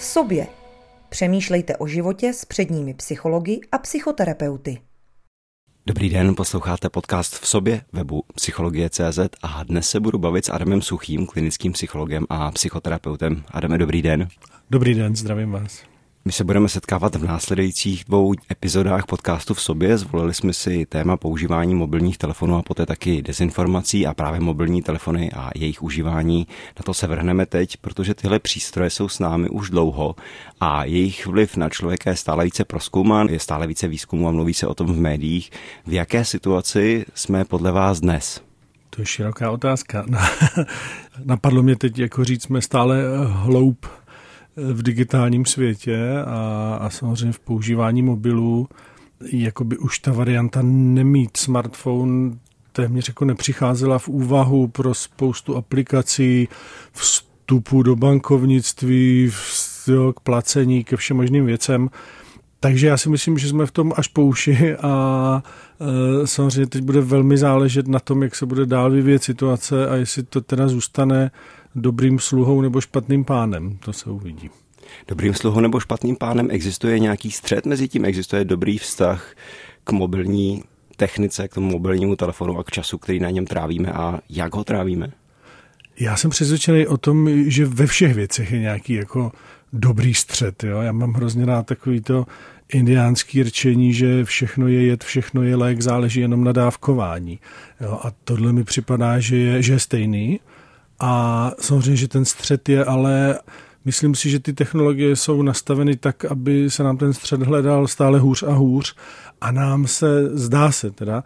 v sobě. Přemýšlejte o životě s předními psychology a psychoterapeuty. Dobrý den, posloucháte podcast V sobě, webu Psychologie.cz a dnes se budu bavit s Adamem Suchým, klinickým psychologem a psychoterapeutem. Adame, dobrý den. Dobrý den, zdravím vás. My se budeme setkávat v následujících 2 epizodách podcastu V sobě. Zvolili jsme si téma používání mobilních telefonů a poté taky dezinformací a právě mobilní telefony a jejich užívání. Na to se vrhneme teď, protože tyhle přístroje jsou s námi už dlouho a jejich vliv na člověka je stále více prozkoumán, je stále více výzkumů a mluví se o tom v médiích. V jaké situaci jsme podle vás dnes? To je široká otázka. Napadlo mě teď jako říct, jsme stále hloub v digitálním světě a samozřejmě v používání mobilů, jakoby už ta varianta nemít smartphone téměř jako nepřicházela v úvahu pro spoustu aplikací, vstupu do bankovnictví, k placení, ke všem možným věcem. Takže já si myslím, že jsme v tom až po uši a samozřejmě teď bude velmi záležet na tom, jak se bude dál vyvíjet situace a jestli to teda zůstane dobrým sluhou nebo špatným pánem. To se uvidí. Dobrým sluhou nebo špatným pánem, existuje nějaký střet mezi tím? Existuje dobrý vztah k mobilní technice, k tomu mobilnímu telefonu a k času, který na něm trávíme a jak ho trávíme? Já jsem přesvědčený o tom, že ve všech věcech je nějaký jako dobrý střet. Jo? Já mám hrozně rád takový to indiánský rčení, že všechno je jed, všechno je lék, záleží jenom na dávkování. Jo? A tohle mi připadá, že je stejný. A samozřejmě, že ten střet je, ale myslím si, že ty technologie jsou nastaveny tak, aby se nám ten střet hledal stále hůř a hůř a nám se, zdá se teda,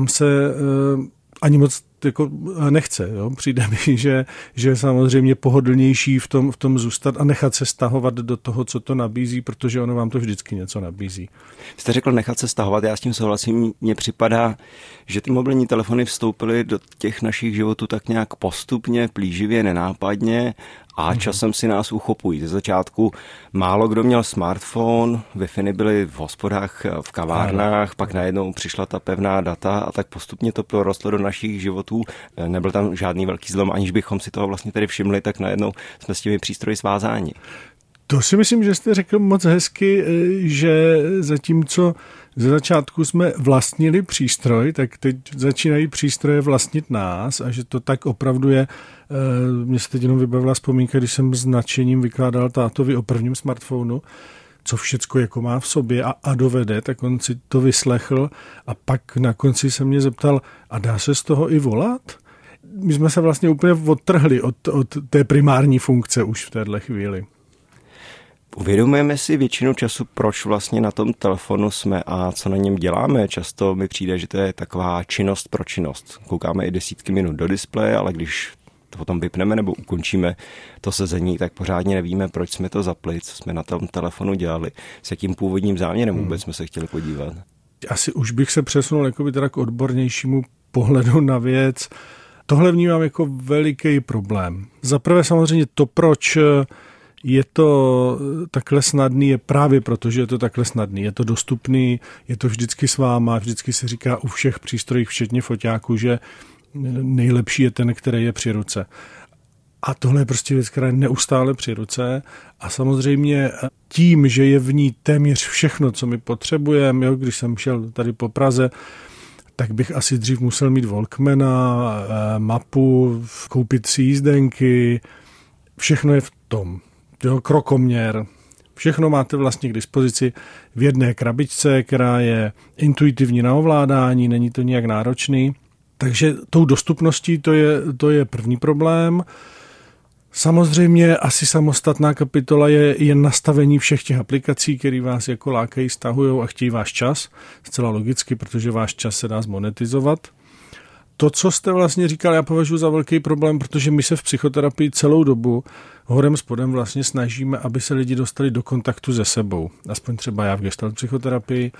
ani moc jako nechce. Jo? Přijde mi, že je samozřejmě pohodlnější v tom zůstat a nechat se stahovat do toho, co to nabízí, protože ono vám to vždycky něco nabízí. Jste řekl nechat se stahovat, já s tím souhlasím. Mně připadá, že ty mobilní telefony vstoupily do těch našich životů tak nějak postupně, plíživě, nenápadně a časem si nás uchopují. Ze začátku málo kdo měl smartphone, Wi-Fi byly v hospodách, v kavárnách, pak najednou přišla ta pevná data a tak postupně to prorostlo do našich životů. Nebyl tam žádný velký zlom, aniž bychom si toho vlastně tady všimli, tak najednou jsme s těmi přístroji svázáni. To si myslím, že jste řekl moc hezky, že zatímco ze začátku jsme vlastnili přístroj, tak teď začínají přístroje vlastnit nás a že to tak opravdu je. Mně se teď jenom vybavila vzpomínka, když jsem s nadšením vykládal tátovi o prvním smartphonu, co všecko jako má v sobě a dovede, tak on si to vyslechl a pak na konci se mě zeptal, a dá se z toho i volat? My jsme se vlastně úplně odtrhli od té primární funkce už v téhle chvíli. Uvědomujeme si většinu času, proč vlastně na tom telefonu jsme a co na něm děláme. Často mi přijde, že to je taková činnost pro činnost. Koukáme i desítky minut do displeje, ale když to potom vypneme nebo ukončíme to sezení, tak pořádně nevíme, proč jsme to zapli, co jsme na tom telefonu dělali, s jakým původním záměrem vůbec jsme se chtěli podívat. Asi už bych se přesunul jakoby teda k odbornějšímu pohledu na věc. Tohle vnímám jako veliký problém. Za prvé samozřejmě to, proč je to takhle snadný, je právě proto, že je to takhle snadný. Je to dostupný, je to vždycky s váma, vždycky se říká u všech přístrojích, včetně foťáků, že nejlepší je ten, který je při ruce. A tohle je prostě věc, která je neustále při ruce a samozřejmě tím, že je v ní téměř všechno, co my potřebujeme, jo, když jsem šel tady po Praze, tak bych asi dřív musel mít Walkmana, mapu, koupit si jízdenky, všechno je v tom. Jo, krokoměr, všechno máte vlastně k dispozici v jedné krabičce, která je intuitivní na ovládání, není to nijak náročný. Takže tou dostupností to je první problém. Samozřejmě asi samostatná kapitola je nastavení všech těch aplikací, které vás jako lákají, stahujou a chtějí váš čas. Zcela logicky, protože váš čas se dá zmonetizovat. To, co jste vlastně říkal, já považuji za velký problém, protože my se v psychoterapii celou dobu horem spodem vlastně snažíme, aby se lidi dostali do kontaktu se sebou. Aspoň třeba já v gestalt psychoterapii.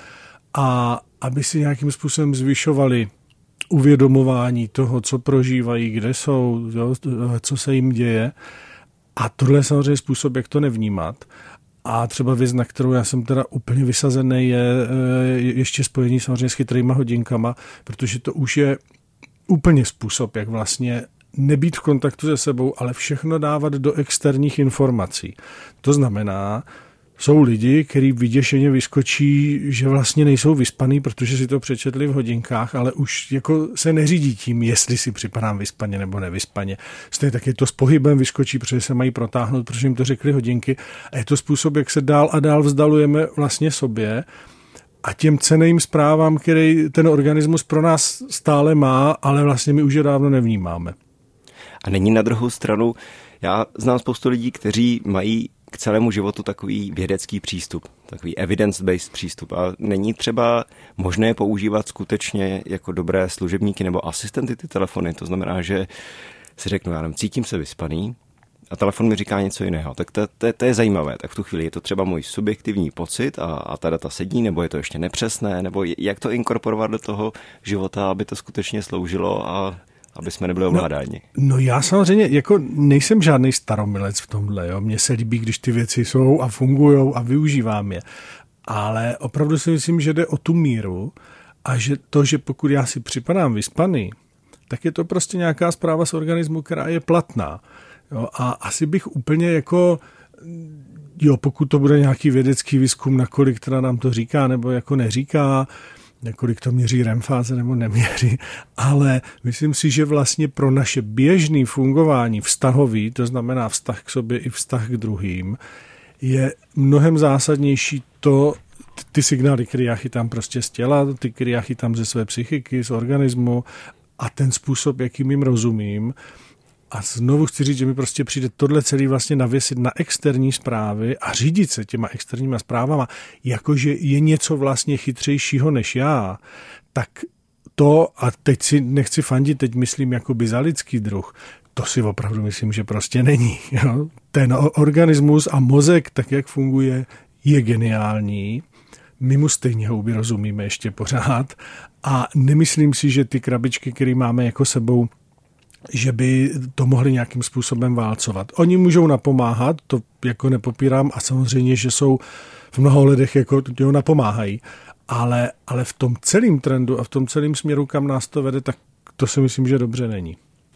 A aby si nějakým způsobem zvyšovali uvědomování toho, co prožívají, kde jsou, co se jim děje. A tohle je samozřejmě způsob, jak to nevnímat. A třeba věc, na kterou já jsem teda úplně vysazený, je ještě spojení samozřejmě s chytrýma hodinkama, protože to už je úplně způsob, jak vlastně nebýt v kontaktu se sebou, ale všechno dávat do externích informací. To znamená, jsou lidi, kteří vyděšeně vyskočí, že vlastně nejsou vyspaný, protože si to přečetli v hodinkách, ale už jako se neřídí tím, jestli si připadám vyspaně nebo nevyspaně. Stejně taky to s pohybem vyskočí, protože se mají protáhnout, protože jim to řekli hodinky. A je to způsob, jak se dál a dál vzdalujeme vlastně sobě a těm cenným zprávám, který ten organismus pro nás stále má, ale vlastně my už je dávno nevnímáme. A není na druhou stranu, já znám spoustu lidí, kteří mají k celému životu takový vědecký přístup, takový evidence-based přístup. A není třeba možné používat skutečně jako dobré služebníky nebo asistenty ty telefony. To znamená, že si řeknu, já nevím, cítím se vyspaný a telefon mi říká něco jiného. Tak to je zajímavé. Tak v tu chvíli je to třeba můj subjektivní pocit a ta data sedí, nebo je to ještě nepřesné, nebo jak to inkorporovat do toho života, aby to skutečně sloužilo a aby jsme nebyli ovládáni. No já samozřejmě jako nejsem žádný staromilec v tomhle. Jo. Mně se líbí, když ty věci jsou a fungujou a využívám je. Ale opravdu si myslím, že jde o tu míru a že to, že pokud já si připadám vyspaný, tak je to prostě nějaká zpráva z organismu, která je platná. Jo. A asi bych úplně jako, pokud to bude nějaký vědecký výzkum, nakolik teda nám to říká nebo jako neříká, několik to měří REM fáze nebo neměří, ale myslím si, že vlastně pro naše běžné fungování vztahový, to znamená vztah k sobě i vztah k druhým, je mnohem zásadnější ty signály, které já chytám prostě z těla, ty, které já chytám ze své psychiky, z organismu a ten způsob, jakým jim rozumím. A znovu chci říct, že mi prostě přijde tohle celý vlastně navěsit na externí zprávy a řídit se těma externíma zprávama, jakože je něco vlastně chytřejšího než já, tak to, a teď si nechci fandit, teď myslím jakoby za lidský druh, to si opravdu myslím, že prostě není. Jo? Ten organismus a mozek, tak jak funguje, je geniální. My mu stejně houby rozumíme ještě pořád a nemyslím si, že ty krabičky, které máme jako sebou, že by to mohli nějakým způsobem válcovat. Oni můžou napomáhat, to jako nepopírám a samozřejmě, že jsou v mnoha ohledech jako napomáhají, ale v tom celém trendu a v tom celém směru, kam nás to vede, tak to si myslím, že dobře není.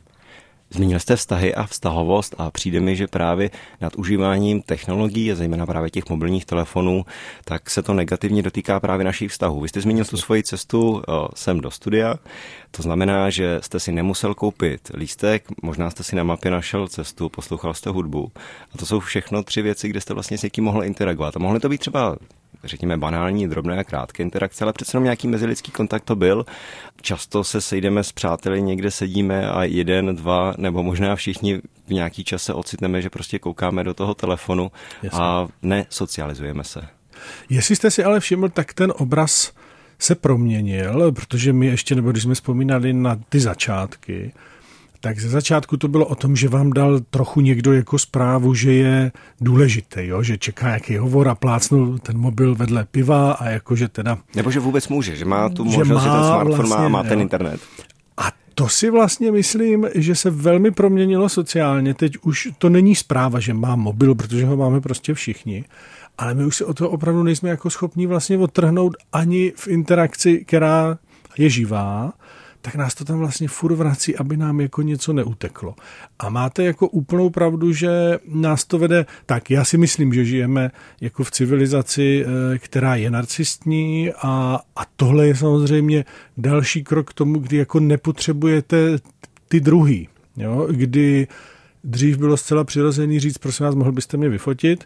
Zmínil jste vztahy a vztahovost a přijde mi, že právě nad užíváním technologií a zejména právě těch mobilních telefonů, tak se to negativně dotýká právě našich vztahů. Vy jste zmínil tu svoji cestu sem do studia, to znamená, že jste si nemusel koupit lístek, možná jste si na mapě našel cestu, poslouchal jste hudbu a to jsou všechno 3 věci, kde jste vlastně s někým mohl interagovat. A mohly to být třeba řekněme banální, drobné a krátké interakce, ale přece jenom nějaký mezilidský kontakt to byl. Často se sejdeme s přáteli, někde sedíme a 1, 2 nebo možná všichni v nějaký čas se ocitneme, že prostě koukáme do toho telefonu. Jasně. A nesocializujeme se. Jestli jste si ale všiml, tak ten obraz se proměnil, protože my ještě, nebo když jsme vzpomínali na ty začátky, tak ze začátku to bylo o tom, že vám dal trochu někdo jako zprávu, že je důležitý, jo? Že čeká nějaký hovor a plácnul ten mobil vedle piva a jakože teda... Nebo že vůbec může, že má tu možnost, že ten smartphone vlastně, má a má ten internet. A to si vlastně myslím, že se velmi proměnilo sociálně. Teď už to není zpráva, že má mobil, protože ho máme prostě všichni, ale my už se o to opravdu nejsme jako schopní vlastně odtrhnout ani v interakci, která je živá, tak nás to tam vlastně furt vrací, aby nám jako něco neuteklo. A máte jako úplnou pravdu, že nás to vede, tak já si myslím, že žijeme jako v civilizaci, která je narcistní a tohle je samozřejmě další krok k tomu, kdy jako nepotřebujete ty druhý, jo? Kdy dřív bylo zcela přirozený říct, prosím vás, mohl byste mě vyfotit,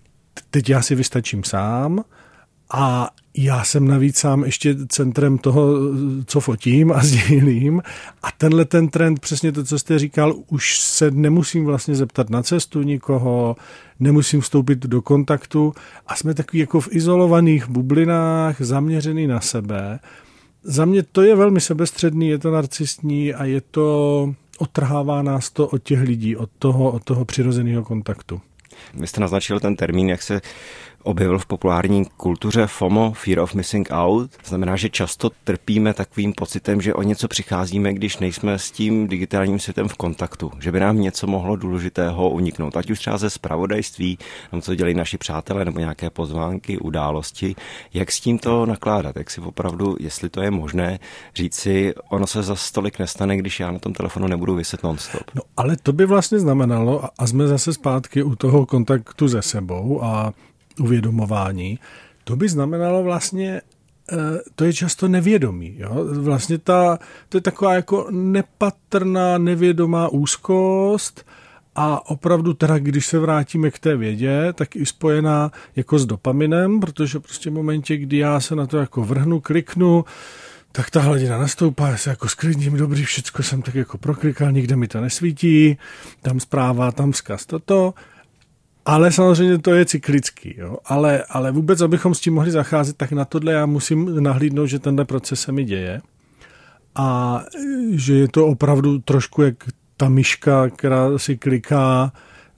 teď já si vystačím sám a já jsem navíc sám ještě centrem toho, co fotím a sdílím. A tenhle ten trend, přesně to, co jste říkal, už se nemusím vlastně zeptat na cestu nikoho, nemusím vstoupit do kontaktu a jsme takový jako v izolovaných bublinách, zaměřený na sebe. Za mě to je velmi sebestředný, je to narcistní a je to, odtrhává nás to od těch lidí, od toho přirozeného kontaktu. Vy jste naznačil ten termín, jak se objevil v populární kultuře FOMO, Fear of Missing Out. Znamená, že často trpíme takovým pocitem, že o něco přicházíme, když nejsme s tím digitálním světem v kontaktu. Že by nám něco mohlo důležitého uniknout. Ať už třeba ze zpravodajství, nebo co dělají naši přátelé, nebo nějaké pozvánky, události. Jak s tímto nakládat? Jak si opravdu, jestli to je možné, říct si, ono se za stolik nestane, když já na tom telefonu nebudu viset non-stop. No, ale to by vlastně znamenalo, a jsme zase zpátky u toho kontaktu se sebou a uvědomování, to by znamenalo vlastně, to je často nevědomí. Jo? Vlastně to je taková jako nepatrná, nevědomá úzkost a opravdu teda, když se vrátíme k té vědě, tak i spojená jako s dopaminem, protože prostě v momentě, kdy já se na to jako vrhnu, kliknu, tak ta hladina nastoupá, já se jako sklidním, dobrý, všecko jsem tak jako proklikal, nikde mi to nesvítí, tam zpráva, tam vzkaz, toto. Ale samozřejmě to je cyklický, jo? Ale vůbec, abychom s tím mohli zacházet, tak na tohle já musím nahlídnout, že tenhle proces se mi děje a že je to opravdu trošku jak ta myška, která si kliká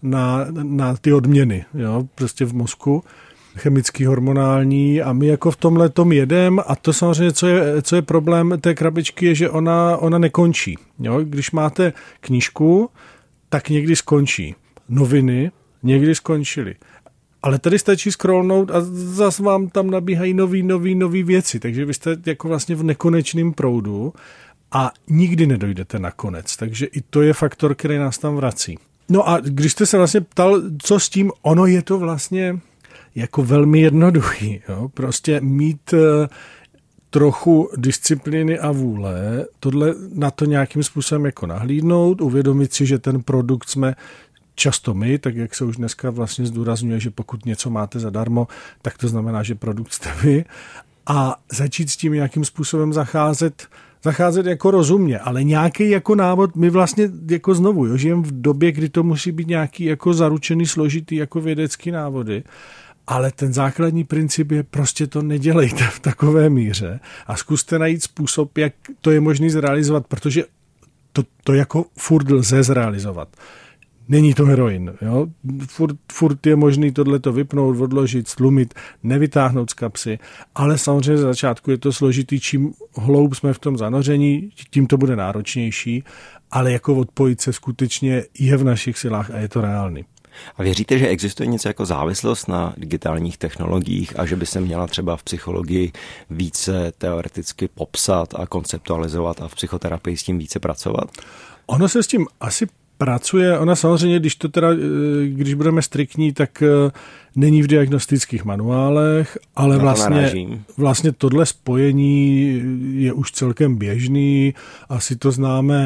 na ty odměny, jo? Prostě v mozku, chemický, hormonální a my jako v tomhle tom jedem a to samozřejmě, co je problém té krabičky, je, že ona nekončí. Jo? Když máte knížku, tak někdy skončí. Noviny někdy skončily. Ale tady stačí scrollnout a zase vám tam nabíhají nový věci, takže vy jste jako vlastně v nekonečném proudu a nikdy nedojdete na konec. Takže i to je faktor, který nás tam vrací. No a když jste se vlastně ptal, co s tím, ono je to vlastně jako velmi jednoduchý. Jo? Prostě mít trochu disciplíny a vůle, tohle na to nějakým způsobem jako nahlídnout, uvědomit si, že ten produkt jsme často my, tak jak se už dneska vlastně zdůrazňuje, že pokud něco máte zadarmo, tak to znamená, že produkt jste vy a začít s tím nějakým způsobem zacházet jako rozumně, ale nějaký jako návod, my vlastně jako znovu, žijeme v době, kdy to musí být nějaký jako zaručený, složitý jako vědecký návody, ale ten základní princip je prostě to nedělejte v takové míře a zkuste najít způsob, jak to je možné zrealizovat, protože to jako furt lze zrealizovat. Není to heroin. Jo? Furt je možný tohleto vypnout, odložit, stlumit, nevytáhnout z kapsy, ale samozřejmě za začátku je to složitý, čím hloub jsme v tom zanoření, tím to bude náročnější, ale jako odpojit se skutečně je v našich silách a je to reálný. A věříte, že existuje něco jako závislost na digitálních technologiích a že by se měla třeba v psychologii více teoreticky popsat a konceptualizovat a v psychoterapii s tím více pracovat? Ono se s tím asi pracuje, ona samozřejmě, když budeme striktní, tak není v diagnostických manuálech, ale vlastně tohle spojení je už celkem běžný, asi to známe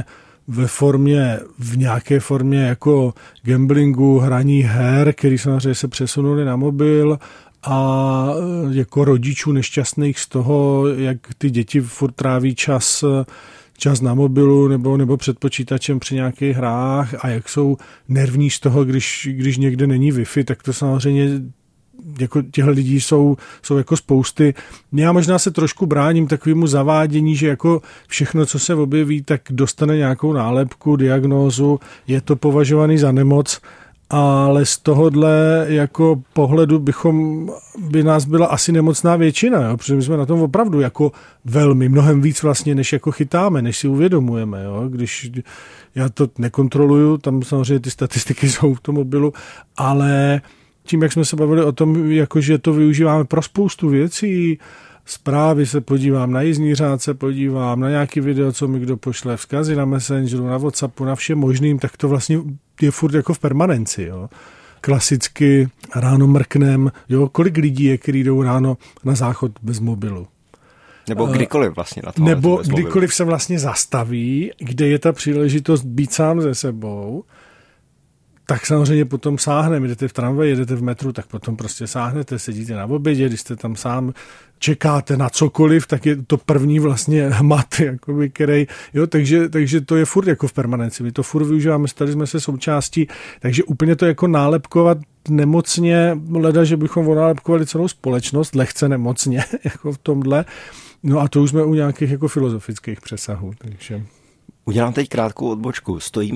v nějaké formě jako gamblingu, hraní her, který samozřejmě se přesunuli na mobil a jako rodičů nešťastných z toho, jak ty děti furt tráví čas na mobilu nebo před počítačem při nějakých hrách a jak jsou nervní z toho, když někde není Wi-Fi, tak to samozřejmě jako těchto lidí jsou jako spousty. Já možná se trošku bráním takovému zavádění, že jako všechno, co se objeví, tak dostane nějakou nálepku, diagnózu, je to považovaný za nemoc, ale z tohohle jako pohledu by nás byla asi nemocná většina, jo? Protože my jsme na tom opravdu jako mnohem víc vlastně, než jako chytáme, než si uvědomujeme. Jo? Když já to nekontroluju, tam samozřejmě ty statistiky jsou v tom mobilu, ale tím, jak jsme se bavili o tom, jako že to využíváme pro spoustu věcí, zprávy se podívám, na jízdní řád se podívám, na nějaký video, co mi kdo pošle, vzkazy na Messengeru, na WhatsAppu, na všem možným, tak to vlastně je furt jako v permanenci. Jo. Klasicky ráno mrknem, jo, kolik lidí je, kteří jdou ráno na záchod bez mobilu. Nebo kdykoliv vlastně na to. Nebo kdykoliv se vlastně zastaví, kde je ta příležitost být sám se sebou, tak samozřejmě potom sáhneme, jdete v tramvaji, jedete v metru, tak potom prostě sáhnete, sedíte na obědě, když jste tam sám, čekáte na cokoliv, tak je to první vlastně hmat, jakoby, který, jo, takže to je furt jako v permanenci, my to furt využíváme, stali jsme se součástí, takže úplně to jako nálepkovat nemocně, leda, že bychom onálepkovali celou společnost, lehce nemocně, jako v tomhle, no a to už jsme u nějakých jako filozofických přesahů, takže. Udělám teď krátkou odbočku. Stojíme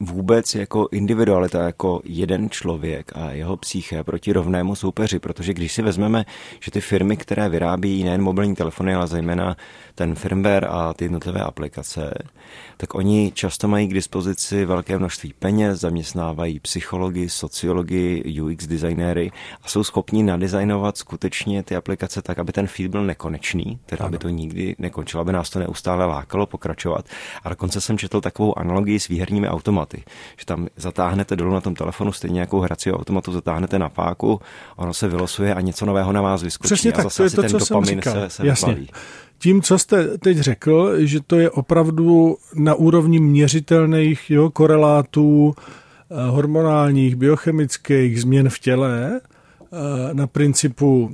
vůbec jako individualita, jako jeden člověk a jeho psyché proti rovnému soupeři, protože když si vezmeme, že ty firmy, které vyrábí nejen mobilní telefony, ale zejména ten firmware a ty jednotlivé aplikace, tak oni často mají k dispozici velké množství peněz, zaměstnávají psychologi, sociologi, UX designéry a jsou schopni nadizajnovat skutečně ty aplikace tak, aby ten feed byl nekonečný, teda aby to nikdy nekončilo, aby nás to neustále lákalo pokračovat. A dokonce jsem četl takovou analogii s výherními automaty, že tam zatáhnete dolů na tom telefonu stejně jako hrací automatu zatáhnete na páku, ono se vylosuje a něco nového na vás vyskočí. Přesně a tak, zase to je to, ten co dopamin jsem říkal. se Jasně. vyplaví. Tím, co jste teď řekl, že to je opravdu na úrovni měřitelných korelátů hormonálních, biochemických změn v těle, na principu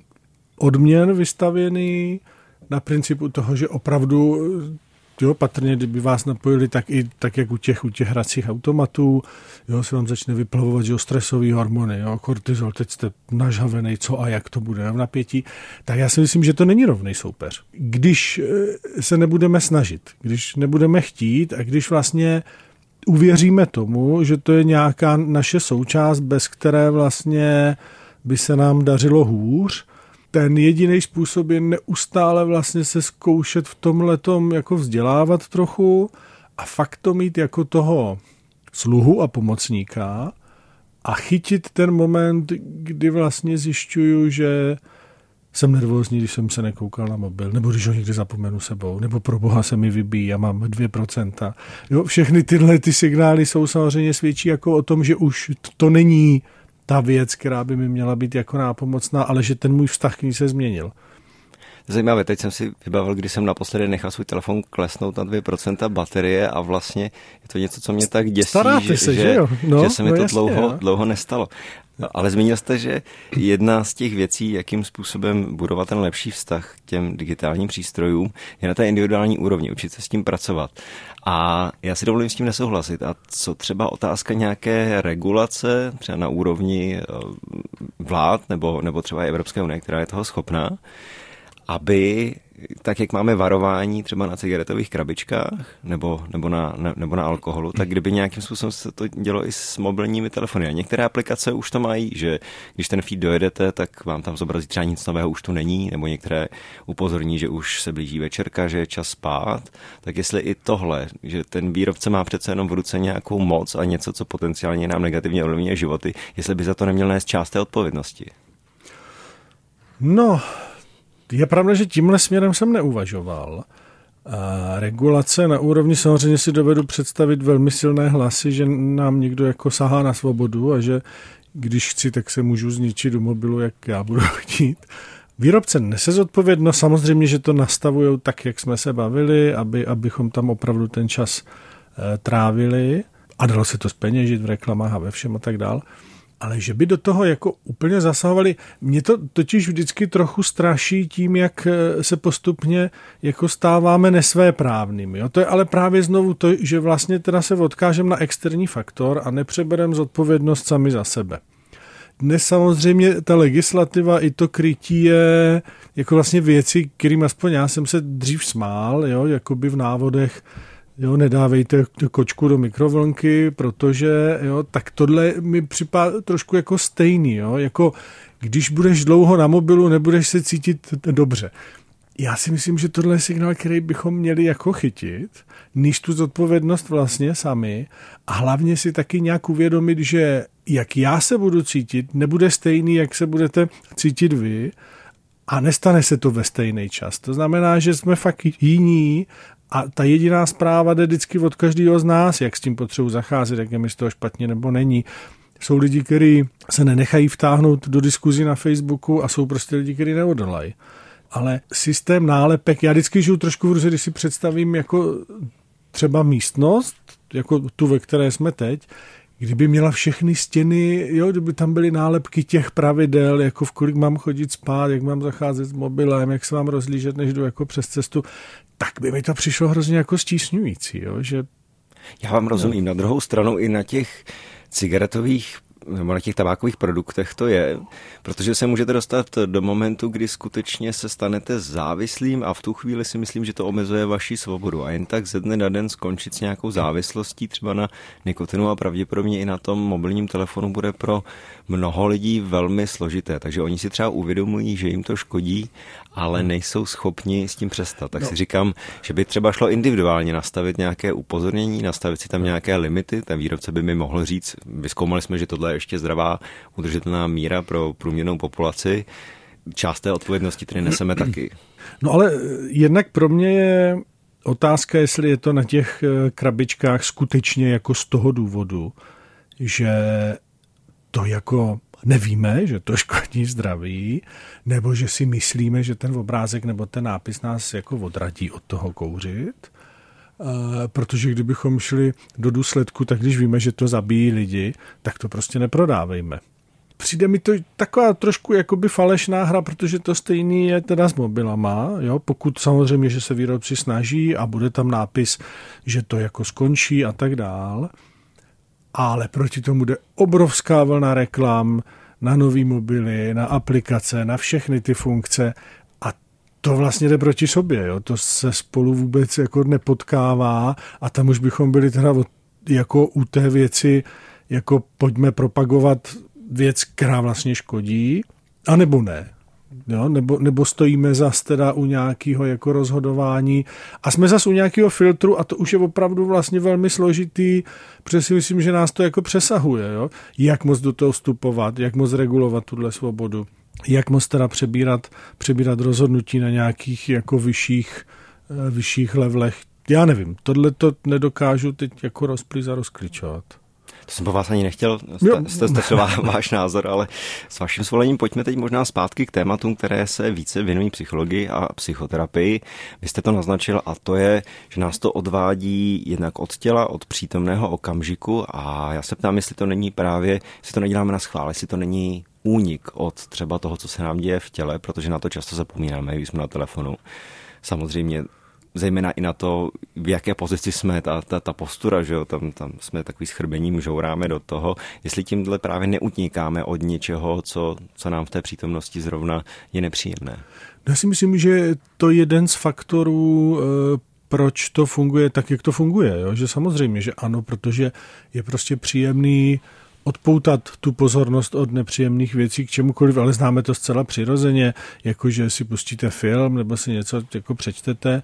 odměn vystavěný, na principu toho, že opravdu patrně, kdyby vás napojili tak jak u těch hracích automatů, se vám začne vyplavovat, stresový hormony, kortizol, teď jste nažhavený, co a jak to bude v napětí, tak já si myslím, že to není rovnej soupeř. Když se nebudeme snažit, když nebudeme chtít a když vlastně uvěříme tomu, že to je nějaká naše součást, bez které vlastně by se nám dařilo hůř, ten jediný způsob je neustále vlastně se zkoušet v tomhletom jako vzdělávat trochu a fakt to mít jako toho sluhu a pomocníka a chytit ten moment, kdy vlastně zjišťuju, že jsem nervózní, když jsem se nekoukal na mobil, nebo když ho někdy zapomenu sebou, nebo pro boha se mi vybíjí a mám 2%. Všechny tyhle ty signály jsou samozřejmě svědčí jako o tom, že už to není ta věc, která by mi měla být jako nápomocná, ale že ten můj vztah k ní se změnil. Zajímavé, teď jsem si vybavil, když jsem naposledy nechal svůj telefon klesnout na 2% baterie a vlastně je to něco, co mě tak děsí, že se mi to dlouho nestalo. Ale zmínil jste, že jedna z těch věcí, jakým způsobem budovat ten lepší vztah k těm digitálním přístrojům, je na té individuální úrovni, učit se s tím pracovat. A já si dovolím s tím nesouhlasit. A co třeba otázka nějaké regulace, třeba na úrovni vlád nebo třeba Evropské unie, která je toho schopná, aby, tak jak máme varování třeba na cigaretových krabičkách nebo na alkoholu, tak kdyby nějakým způsobem se to dělo i s mobilními telefony. A některé aplikace už to mají, že když ten feed dojedete, tak vám tam zobrazí třeba nic nového už tu není, nebo některé upozorní, že už se blíží večerka, že je čas spát. Tak jestli i tohle, že ten výrobce má přece jenom v ruce nějakou moc a něco, co potenciálně nám negativně ovlivňuje životy, jestli by za to neměl nést část té odpovědnosti. No, je pravda, že tímhle směrem jsem neuvažoval. Regulace na úrovni samozřejmě si dovedu představit velmi silné hlasy, že nám někdo jako sahá na svobodu a že když chci, tak se můžu zničit do mobilu, jak já budu chtít. Výrobce nese zodpovědnost, samozřejmě, že to nastavujou tak, jak jsme se bavili, abychom tam opravdu ten čas trávili a dalo se to zpeněžit v reklamách a ve všem a tak dál. Ale že by do toho jako úplně zasahovali, mě to totiž vždycky trochu straší tím, jak se postupně jako stáváme nesvéprávnými. To je ale právě znovu to, že vlastně teda se odkážeme na externí faktor a nepřebereme zodpovědnost sami za sebe. Dnes samozřejmě ta legislativa i to krytí je jako vlastně věci, kterým aspoň já jsem se dřív smál, jakoby v návodech, nedávejte kočku do mikrovlnky, protože tak tohle mi připadá trošku jako stejný, jako když budeš dlouho na mobilu, nebudeš se cítit dobře. Já si myslím, že tohle je signál, který bychom měli jako chytit, níž tu zodpovědnost vlastně sami a hlavně si taky nějak uvědomit, že jak já se budu cítit, nebude stejný, jak se budete cítit vy a nestane se to ve stejný čas. To znamená, že jsme fakt jiní a ta jediná zpráva jde vždycky od každého z nás, jak s tím potřebuji zacházet, jak je mi z toho špatně nebo není. Jsou lidi, kteří se nenechají vtáhnout do diskuzí na Facebooku a jsou prostě lidi, kteří neodolají. Ale systém nálepek, já vždycky žiju trošku v hruze, když si představím jako třeba místnost, jako tu, ve které jsme teď, kdyby měla všechny stěny, kdyby tam byly nálepky těch pravidel, jako v kolik mám chodit spát, jak mám zacházet s mobilem, jak se mám rozlížet, než jdu jako přes cestu, tak by mi to přišlo hrozně jako stísňující. Že... Já vám rozumím. Na druhou stranu i na těch cigaretových nebo na těch tabákových produktech to je, protože se můžete dostat do momentu, kdy skutečně se stanete závislým a v tu chvíli si myslím, že to omezuje vaši svobodu. A jen tak ze dne na den skončit s nějakou závislostí třeba na nikotinu a pravděpodobně i na tom mobilním telefonu bude pro mnoho lidí velmi složité. Takže oni si třeba uvědomují, že jim to škodí, ale nejsou schopni s tím přestat. Tak si říkám, že by třeba šlo individuálně nastavit nějaké upozornění, nastavit si tam nějaké limity. Ten výrobce by mi mohl říct, vyzkoumali jsme, že tohle je ještě zdravá, udržitelná míra pro průměrnou populaci. Část té odpovědnosti tedy neseme taky. No ale jednak pro mě je otázka, jestli je to na těch krabičkách skutečně jako z toho důvodu, že to jako nevíme, že to škodí zdraví, nebo že si myslíme, že ten obrázek nebo ten nápis nás jako odradí od toho kouřit. Protože kdybychom šli do důsledku, tak když víme, že to zabíjí lidi, tak to prostě neprodávejme. Přijde mi to taková trošku jakoby falešná hra, protože to stejný je teda s mobilama, jo? Pokud samozřejmě, že se výrobci snaží a bude tam nápis, že to jako skončí a tak dál, ale proti tomu jde obrovská vlna reklam na nový mobily, na aplikace, na všechny ty funkce a to vlastně jde proti sobě, jo? To se spolu vůbec jako nepotkává a tam už bychom byli teda jako u té věci, jako pojďme propagovat věc, která vlastně škodí, anebo ne. Jo? Nebo stojíme zas teda u nějakého jako rozhodování a jsme zas u nějakého filtru a to už je opravdu vlastně velmi složitý, protože si myslím, že nás to jako přesahuje. Jo? Jak moc do toho vstupovat, jak moc regulovat tuhle svobodu, jak moc teda přebírat rozhodnutí na nějakých jako vyšších levelech. Já nevím, tohle to nedokážu teď jako rozplýt a rozklíčovat. To jsem po vás ani nechtěl stačovat váš názor, ale s vaším svolením pojďme teď možná zpátky k tématům, které se více věnují psychologii a psychoterapii. Vy jste to naznačil a to je, že nás to odvádí jednak od těla, od přítomného okamžiku a já se ptám, jestli to není právě, jestli to neděláme na schvál, jestli to není únik od třeba toho, co se nám děje v těle, protože na to často zapomínáme, když jsme na telefonu. Samozřejmě zejména i na to, v jaké pozici jsme, ta postura, že jo, tam jsme takový schrbením, žouráme do toho, jestli tímhle právě neutnikáme od něčeho, co nám v té přítomnosti zrovna je nepříjemné. Já si myslím, že to je jeden z faktorů, proč to funguje tak, jak to funguje. Jo? Že samozřejmě, že ano, protože je prostě příjemný odpoutat tu pozornost od nepříjemných věcí k čemukoliv, ale známe to zcela přirozeně, jakože si pustíte film nebo si něco jako přečtete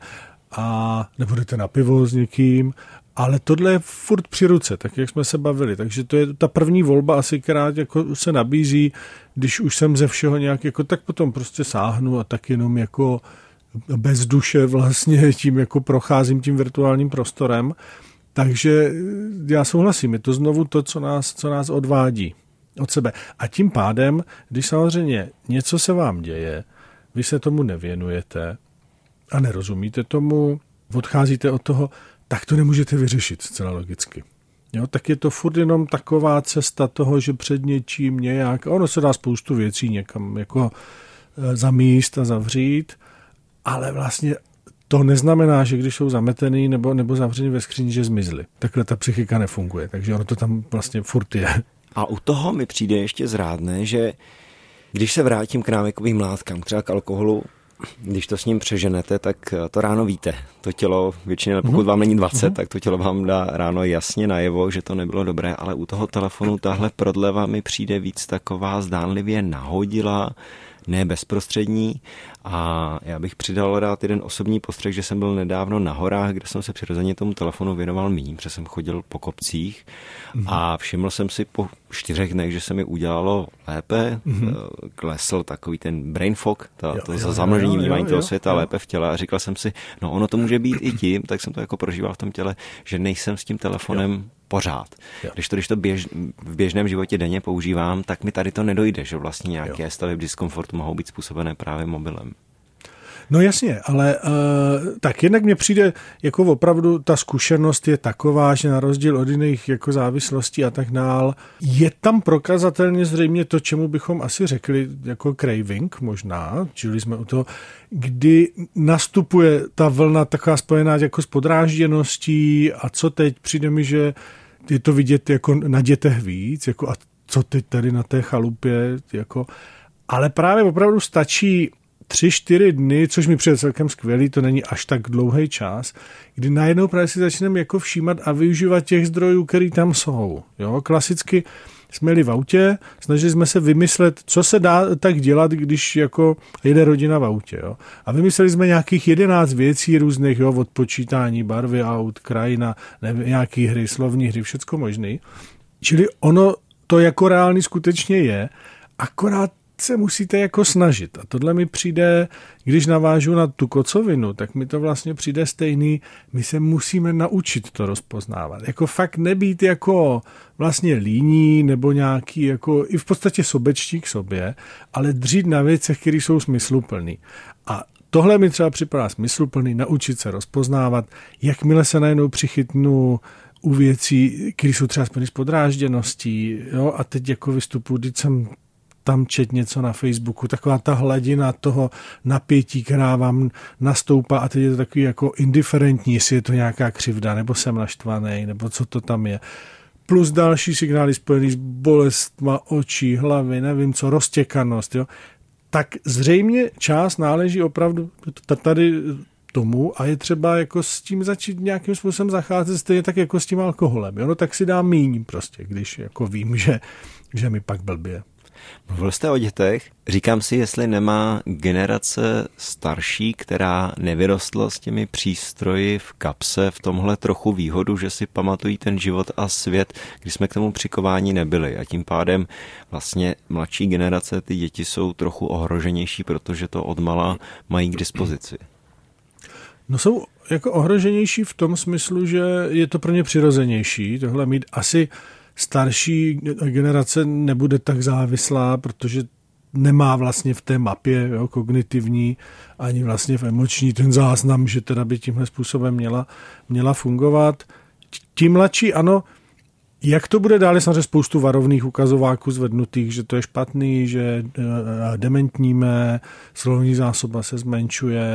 a nebudete na pivo s někým, ale tohle je furt při ruce, tak jak jsme se bavili. Takže to je ta první volba asi, která jako se nabízí, když už jsem ze všeho nějak, jako, tak potom prostě sáhnu a tak jenom jako bez duše vlastně tím jako procházím tím virtuálním prostorem. Takže já souhlasím, je to znovu to, co nás odvádí od sebe. A tím pádem, když samozřejmě něco se vám děje, vy se tomu nevěnujete a nerozumíte tomu, odcházíte od toho, tak to nemůžete vyřešit zcela logicky. Jo, tak je to furt jenom taková cesta toho, že před něčím nějak, ono se dá spoustu věcí někam jako zamíst a zavřít, ale vlastně to neznamená, že když jsou zametený nebo zavřený ve skříni, že zmizli. Takhle ta psychika nefunguje, takže ono to tam vlastně furt je. A u toho mi přijde ještě zrádné, že když se vrátím k návykovým látkám, třeba k alkoholu, když to s ním přeženete, tak to ráno víte. To tělo, většinou pokud vám není 20, tak to tělo vám dá ráno jasně najevo, že to nebylo dobré, ale u toho telefonu tahle prodleva mi přijde víc taková zdánlivě nahodilá, ne bezprostřední. A já bych přidal rád jeden osobní postřeh, že jsem byl nedávno na horách, kde jsem se přirozeně tomu telefonu věnoval míň, protože jsem chodil po kopcích a všiml jsem si po 4 dnech, že se mi udělalo lépe, klesl takový ten brain fog, to zamlžení vnímání toho světa lépe v těle a říkal jsem si, no ono to může být i tím, tak jsem to jako prožíval v tom těle, že nejsem s tím telefonem pořád. Když to v běžném životě denně používám, tak mi tady to nedojde, že vlastně nějaké stavy diskomfortu mohou být způsobené právě mobilem. No jasně, ale tak jednak mně přijde, jako opravdu ta zkušenost je taková, že na rozdíl od jiných jako závislostí a tak dál, je tam prokazatelně zřejmě to, čemu bychom asi řekli jako craving možná, čili jsme u toho, kdy nastupuje ta vlna taková spojená jako s podrážděností a co teď přijde mi, že je to vidět jako na dětech víc, jako a co teď tady na té chalupě, jako, ale právě opravdu stačí 3-4 dny, což mi přijde celkem skvělý, to není až tak dlouhý čas, kdy najednou právě si začneme jako všímat a využívat těch zdrojů, který tam jsou. Jo? Klasicky jsme jeli v autě, snažili jsme se vymyslet, co se dá tak dělat, když jako jede rodina v autě. Jo? A vymysleli jsme nějakých 11 věcí různých, jo? Od počítání barvy aut, krajina, nějaký hry, slovní hry, všecko možný. Čili ono to jako reálný skutečně je, akorát se musíte jako snažit. A tohle mi přijde, když navážu na tu kocovinu, tak mi to vlastně přijde stejný. My se musíme naučit to rozpoznávat. Jako fakt nebýt jako vlastně líní nebo nějaký jako i v podstatě sobečtí k sobě, ale dřít na věcech, které jsou smysluplný. A tohle mi třeba připadá smysluplný, naučit se rozpoznávat, jakmile se najednou přichytnu u věcí, které jsou třeba spojené s podrážděností, jo, a teď jako vystupuji, když jsem tam čet něco na Facebooku, taková ta hladina toho napětí, která vám nastoupá a teď je to takový jako indiferentní, jestli je to nějaká křivda, nebo jsem naštvaný, nebo co to tam je. Plus další signály spojený s bolestma očí, hlavy, nevím co, roztěkanost, jo. Tak zřejmě část náleží opravdu tady tomu a je třeba jako s tím začít nějakým způsobem zacházet stejně tak jako s tím alkoholem. Jo? No tak si dám míň prostě, když jako vím, že mi pak blbě. Mluvil jste o dětech. Říkám si, jestli nemá generace starší, která nevyrostla s těmi přístroji v kapse, v tomhle trochu výhodu, že si pamatují ten život a svět, kdy jsme k tomu přikování nebyli. A tím pádem vlastně mladší generace, ty děti jsou trochu ohroženější, protože to odmala mají k dispozici. No jsou jako ohroženější v tom smyslu, že je to pro ně přirozenější. Tohle mít asi starší generace nebude tak závislá, protože nemá vlastně v té mapě, jo, kognitivní ani vlastně v emoční ten záznam, že teda by tímhle způsobem měla fungovat. Tím mladší, ano, jak to bude dál, je samozřejmě spoustu varovných ukazováků zvednutých, že to je špatný, že dementníme, slovní zásoba se zmenšuje,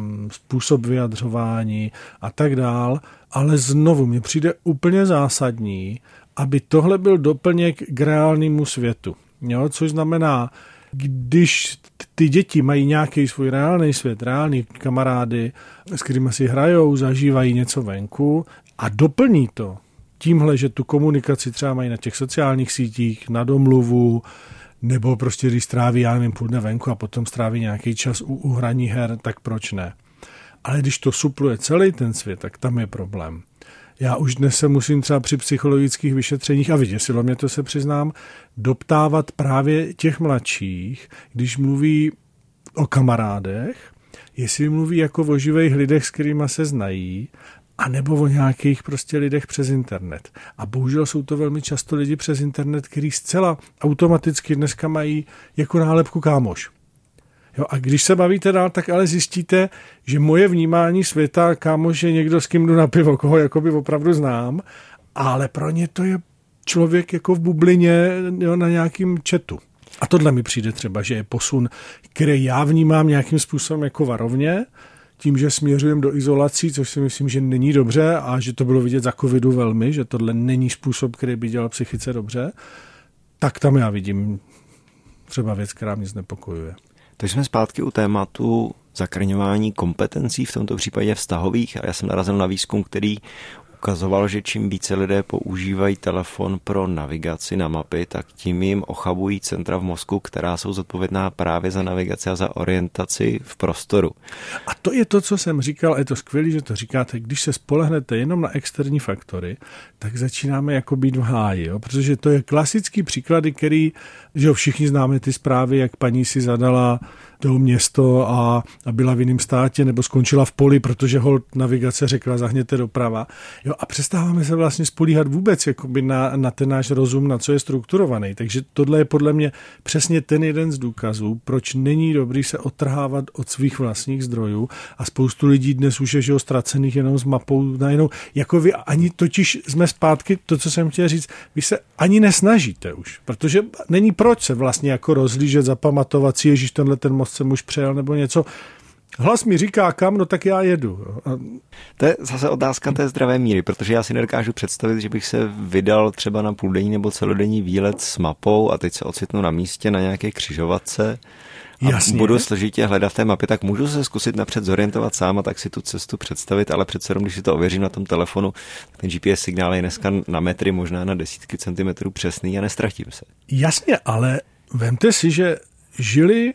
způsob vyjadřování a tak dál, ale znovu mně přijde úplně zásadní, aby tohle byl doplněk k reálnému světu. Jo? Což znamená, když ty děti mají nějaký svůj reálný svět, reální kamarády, s kterými si hrajou, zažívají něco venku a doplní to tímhle, že tu komunikaci třeba mají na těch sociálních sítích, na domluvu, nebo prostě když stráví, já nevím, půl dne venku a potom stráví nějaký čas u hraní her, tak proč ne? Ale když to supluje celý ten svět, tak tam je problém. Já už dnes se musím třeba při psychologických vyšetřeních, a vyděsilo mě to, se přiznám, doptávat právě těch mladších, když mluví o kamarádech, jestli mluví jako o živých lidech, s kterými se znají, a nebo o nějakých prostě lidech přes internet. A bohužel jsou to velmi často lidi přes internet, který zcela automaticky dneska mají jako nálepku kámoš. Jo, a když se bavíte dál, tak ale zjistíte, že moje vnímání světa kámoš je někdo, s kým jdu na pivo, koho jakoby opravdu znám, ale pro ně to je člověk jako v bublině, jo, na nějakým chatu. A tohle mi přijde třeba, že je posun, který já vnímám nějakým způsobem jako varovně, tím, že směřujeme do izolací, což si myslím, že není dobře a že to bylo vidět za covidu velmi, že tohle není způsob, který by dělal psychice dobře, tak tam já vidím třeba věc, která mě znepokojuje. Takže jsme zpátky u tématu zakrňování kompetencí, v tomto případě vztahových, a já jsem narazil na výzkum, který ukazoval, že čím více lidé používají telefon pro navigaci na mapy, tak tím jim ochabují centra v mozku, která jsou zodpovědná právě za navigaci a za orientaci v prostoru. A to je to, co jsem říkal, a je to skvělé, že to říkáte, když se spolehnete jenom na externí faktory, tak začínáme jako být v háji, jo? Protože to je klasický příklady, který, že všichni známe ty zprávy, jak paní si zadala to město a byla v jiném státě nebo skončila v poli, protože holt navigace řekla zahněte doprava. Jo, a přestáváme se vlastně spolíhat vůbec jakoby na ten náš rozum, na co je strukturovaný. Takže tohle je podle mě přesně ten jeden z důkazů, proč není dobrý se odtrhávat od svých vlastních zdrojů a spoustu lidí dnes už je, že ztracených jenom s mapou najednou. Jako vy ani totiž jsme zpátky, to, co jsem chtěl říct, vy se ani nesnažíte už, protože není proč se vlastně jako rozlížet, zapamatovat si, ježíš, tenhle ten most jsem už přejel nebo něco. Hlas mi říká kam, no tak já jedu. To je zase otázka té zdravé míry, protože já si nedokážu představit, že bych se vydal třeba na půldenní nebo celodenní výlet s mapou a teď se ocitnu na místě na nějaké křižovatce a jasně, budu složitě hledat v té mapě, tak můžu se zkusit napřed zorientovat sám a tak si tu cestu představit, ale přece jenom, když si to ověřím na tom telefonu, tak ten GPS signál je dneska na metry, možná na desítky centimetrů přesný a nestratím se. Jasně, ale vemte si, že žili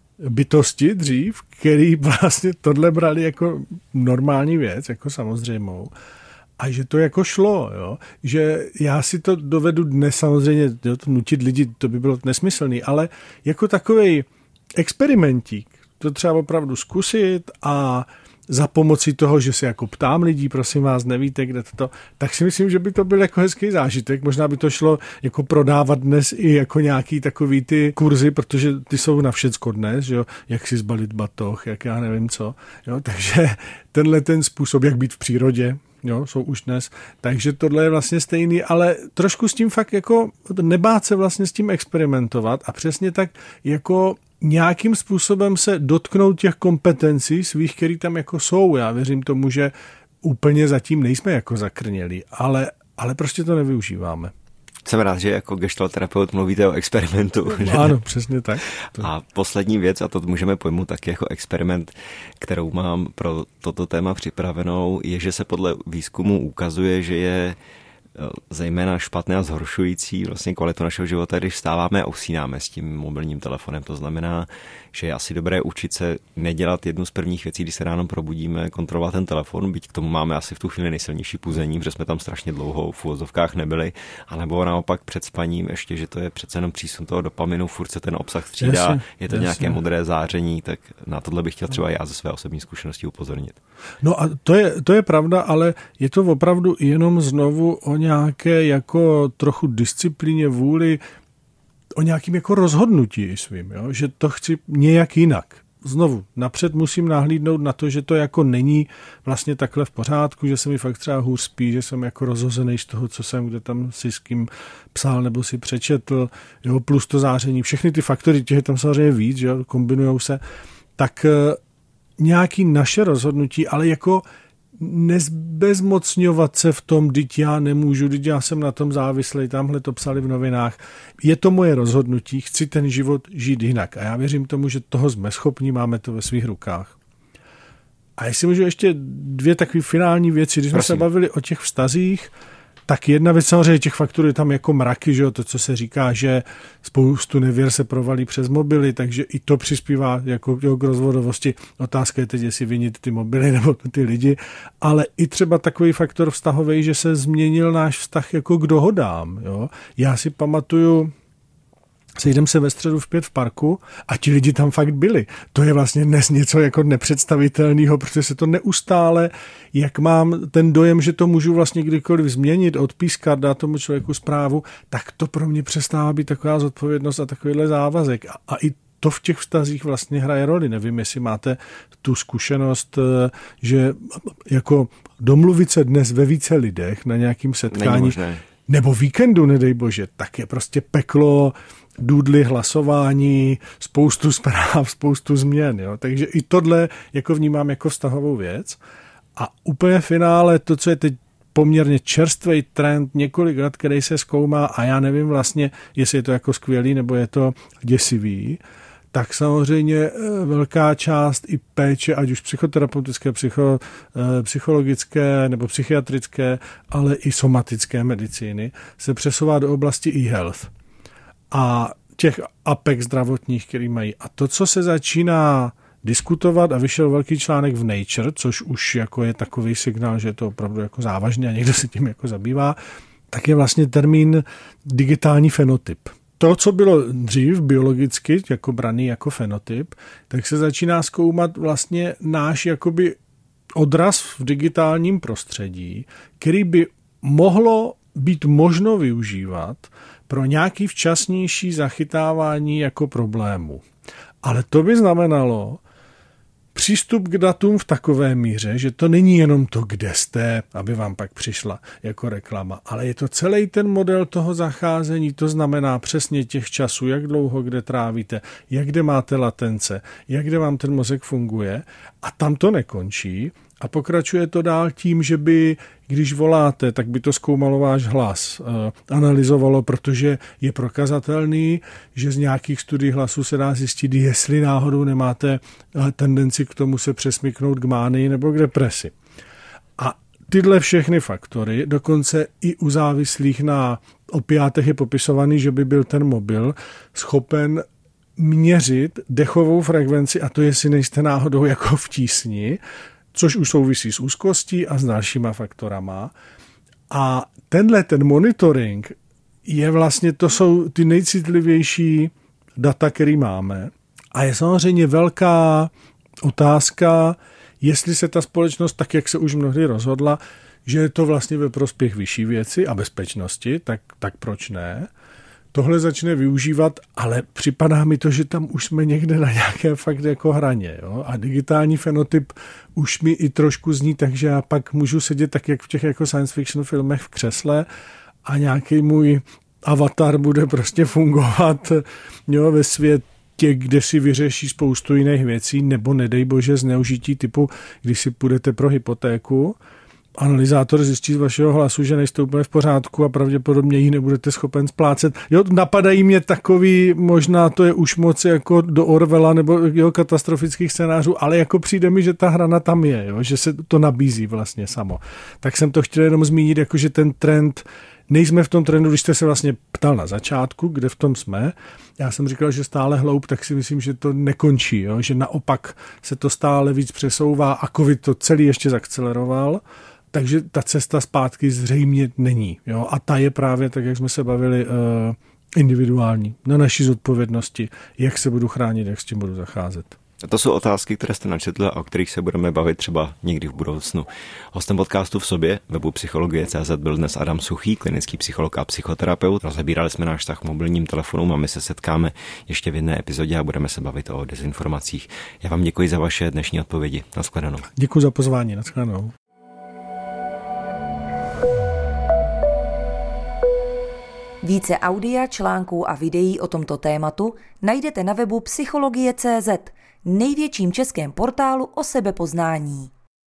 bytosti dřív, který vlastně tohle brali jako normální věc, jako samozřejmou. A že to jako šlo, jo? Že já si to dovedu dnes samozřejmě, jo, to nutit lidi, to by bylo nesmyslný, ale jako takovej experimentík, to třeba opravdu zkusit a za pomocí toho, že se jako ptám lidí, prosím vás, nevíte, kde to, tak si myslím, že by to byl jako hezký zážitek. Možná by to šlo jako prodávat dnes i jako nějaký takový ty kurzy, protože ty jsou na všecko dnes, že jo? Jak si zbalit batoh, jak já nevím co. Jo? Takže tenhle ten způsob, jak být v přírodě, jo, jsou už dnes. Takže tohle je vlastně stejný, ale trošku s tím fakt jako nebát se vlastně s tím experimentovat a přesně tak jako nějakým způsobem se dotknout těch kompetencí svých, který tam jako jsou. Já věřím tomu, že úplně zatím nejsme jako zakrnělí, ale prostě to nevyužíváme. Jsem rád, že jako gestalt terapeut mluvíte o experimentu. Ano, přesně tak. A poslední věc, a to můžeme pojmout taky jako experiment, kterou mám pro toto téma připravenou, je, že se podle výzkumu ukazuje, že je zejména špatné a zhoršující vlastně kvalitu našeho života, když vstáváme a usínáme s tím mobilním telefonem. To znamená, že je asi dobré učit se nedělat jednu z prvních věcí, když se ráno probudíme, kontrolovat ten telefon, byť k tomu máme asi v tu chvíli nejsilnější puzení, protože jsme tam strašně dlouho v uvozovkách nebyli, anebo naopak před spaním ještě, že to je přece jenom přísun toho dopaminu, furt se ten obsah střídá, je to nějaké modré záření, tak na tohle bych chtěl třeba já ze své osobní zkušenosti upozornit. No a to je pravda, ale je to opravdu jenom znovu o nějaké jako trochu disciplíně, vůli, o nějakým jako rozhodnutí svým, jo? Že to chci nějak jinak. Znovu, napřed musím nahlídnout na to, že to jako není vlastně takhle v pořádku, že se mi fakt třeba hůř spí, že jsem jako rozhozený z toho, co jsem, kde tam si s kým psal nebo si přečetl, jo? Plus to záření, všechny ty faktory, těch je tam samozřejmě víc, že jo? Kombinujou se, tak nějaký naše rozhodnutí, ale jako nezbezmocňovat se v tom, vždyť já nemůžu, vždyť já jsem na tom závislý, tamhle to psali v novinách. Je to moje rozhodnutí, chci ten život žít jinak. A já věřím tomu, že toho jsme schopni, máme to ve svých rukách. A jestli můžu ještě dvě takové finální věci, když jsme se bavili o těch vztazích, tak jedna věc, samozřejmě těch faktorů je tam jako mraky, že jo, to, co se říká, že spoustu nevěr se provalí přes mobily, takže i to přispívá jako k rozvodovosti. Otázka je teď, jestli vinit ty mobily nebo ty lidi, ale i třeba takový faktor vztahový, že se změnil náš vztah jako k dohodám. Jo. Já si pamatuju, sejdeme se ve středu v 5 v parku a ti lidi tam fakt byli. To je vlastně dnes něco jako nepředstavitelného, protože se to neustále, jak mám ten dojem, že to můžu vlastně kdykoliv změnit, odpískat, dát tomu člověku zprávu, tak to pro mě přestává být taková zodpovědnost a takovýhle závazek. A i to v těch vztazích vlastně hraje roli. Nevím, jestli máte tu zkušenost, že jako domluvit se dnes ve více lidech na nějakým setkání, nebo víkendu, nedej bože, tak je prostě peklo, důdly, hlasování, spoustu zpráv, spoustu změn. Jo? Takže i tohle jako vnímám jako vztahovou věc. A úplně v finále to, co je teď poměrně čerstvý trend, několik let, který se zkoumá a já nevím vlastně, jestli je to jako skvělý nebo je to děsivý, tak samozřejmě velká část i péče, ať už psychoterapeutické, psychologické nebo psychiatrické, ale i somatické medicíny, se přesouvá do oblasti e-health a těch apek zdravotních, který mají. A to, co se začíná diskutovat, a vyšel velký článek v Nature, což už jako je takový signál, že je to opravdu jako závažné a někdo se tím jako zabývá, tak je vlastně termín digitální fenotyp. To, co bylo dřív biologicky jako braný jako fenotyp, tak se začíná zkoumat vlastně náš jakoby odraz v digitálním prostředí, který by mohlo být možno využívat pro nějaký včasnější zachytávání jako problému. Ale to by znamenalo, přístup k datům v takové míře, že to není jenom to, kde jste, aby vám pak přišla jako reklama, ale je to celý ten model toho zacházení, to znamená přesně těch časů, jak dlouho kde trávíte, jak kde máte latence, jak kde vám ten mozek funguje a tam to nekončí a pokračuje to dál tím, že by, když voláte, tak by to zkoumalo váš hlas, analyzovalo, protože je prokazatelný, že z nějakých studií hlasu se dá zjistit, jestli náhodou nemáte tendenci k tomu se přesmyknout k mánii nebo k depresi. A tyhle všechny faktory, dokonce i u závislých na opiátech je popisovaný, že by byl ten mobil schopen měřit dechovou frekvenci a to, jestli nejste náhodou jako v tísni, což už souvisí s úzkostí a s dalšíma faktorama. A ten monitoring je vlastně, to jsou ty nejcitlivější data, které máme. A je samozřejmě velká otázka, jestli se ta společnost, tak jak se už mnohdy rozhodla, že je to vlastně ve prospěch vyšší věci a bezpečnosti, tak proč ne? Tohle začne využívat, ale připadá mi to, že tam už jsme někde na nějaké fakt jako hraně. Jo? A digitální fenotyp už mi i trošku zní, takže já pak můžu sedět tak, jak v těch jako science fiction filmech v křesle a nějaký můj avatar bude prostě fungovat ve světě, kde si vyřeší spoustu jiných věcí, nebo nedej bože zneužití typu, když si půjdete pro hypotéku, analyzátor zjistí z vašeho hlasu, že nejste úplně v pořádku a pravděpodobně ji nebudete schopen splácet. Jo, napadají mě takový, možná to je už moc jako do Orwella nebo katastrofických scénářů, ale jako přijde mi, že ta hrana tam je, jo, že se to nabízí vlastně samo. Tak jsem to chtěl jenom zmínit, jakože ten trend, nejsme v tom trendu, když jste se vlastně ptal na začátku, kde v tom jsme. Já jsem říkal, že stále hloub, tak si myslím, že to nekončí, jo, že naopak se to stále víc přesouvá a covid to celý ještě zakceleroval. Takže ta cesta zpátky zřejmě není. Jo? A ta je právě, tak jak jsme se bavili, individuální. Na naší zodpovědnosti, jak se budu chránit, jak s tím budu zacházet. To jsou otázky, které jste načetli a o kterých se budeme bavit třeba někdy v budoucnu. Hostem podcastu V sobě, webu Psychologie.cz, byl dnes Adam Suchý, klinický psycholog a psychoterapeut. Rozebírali jsme náš vztah k mobilním telefonům a my se setkáme ještě v jedné epizodě a budeme se bavit o dezinformacích. Já vám děkuji za vaše dnešní odpovědi. Naschledanou. Děkuji za pozvání. Naschledanou. Více audia, článků a videí o tomto tématu najdete na webu Psychologie.cz, největším českém portálu o sebepoznání.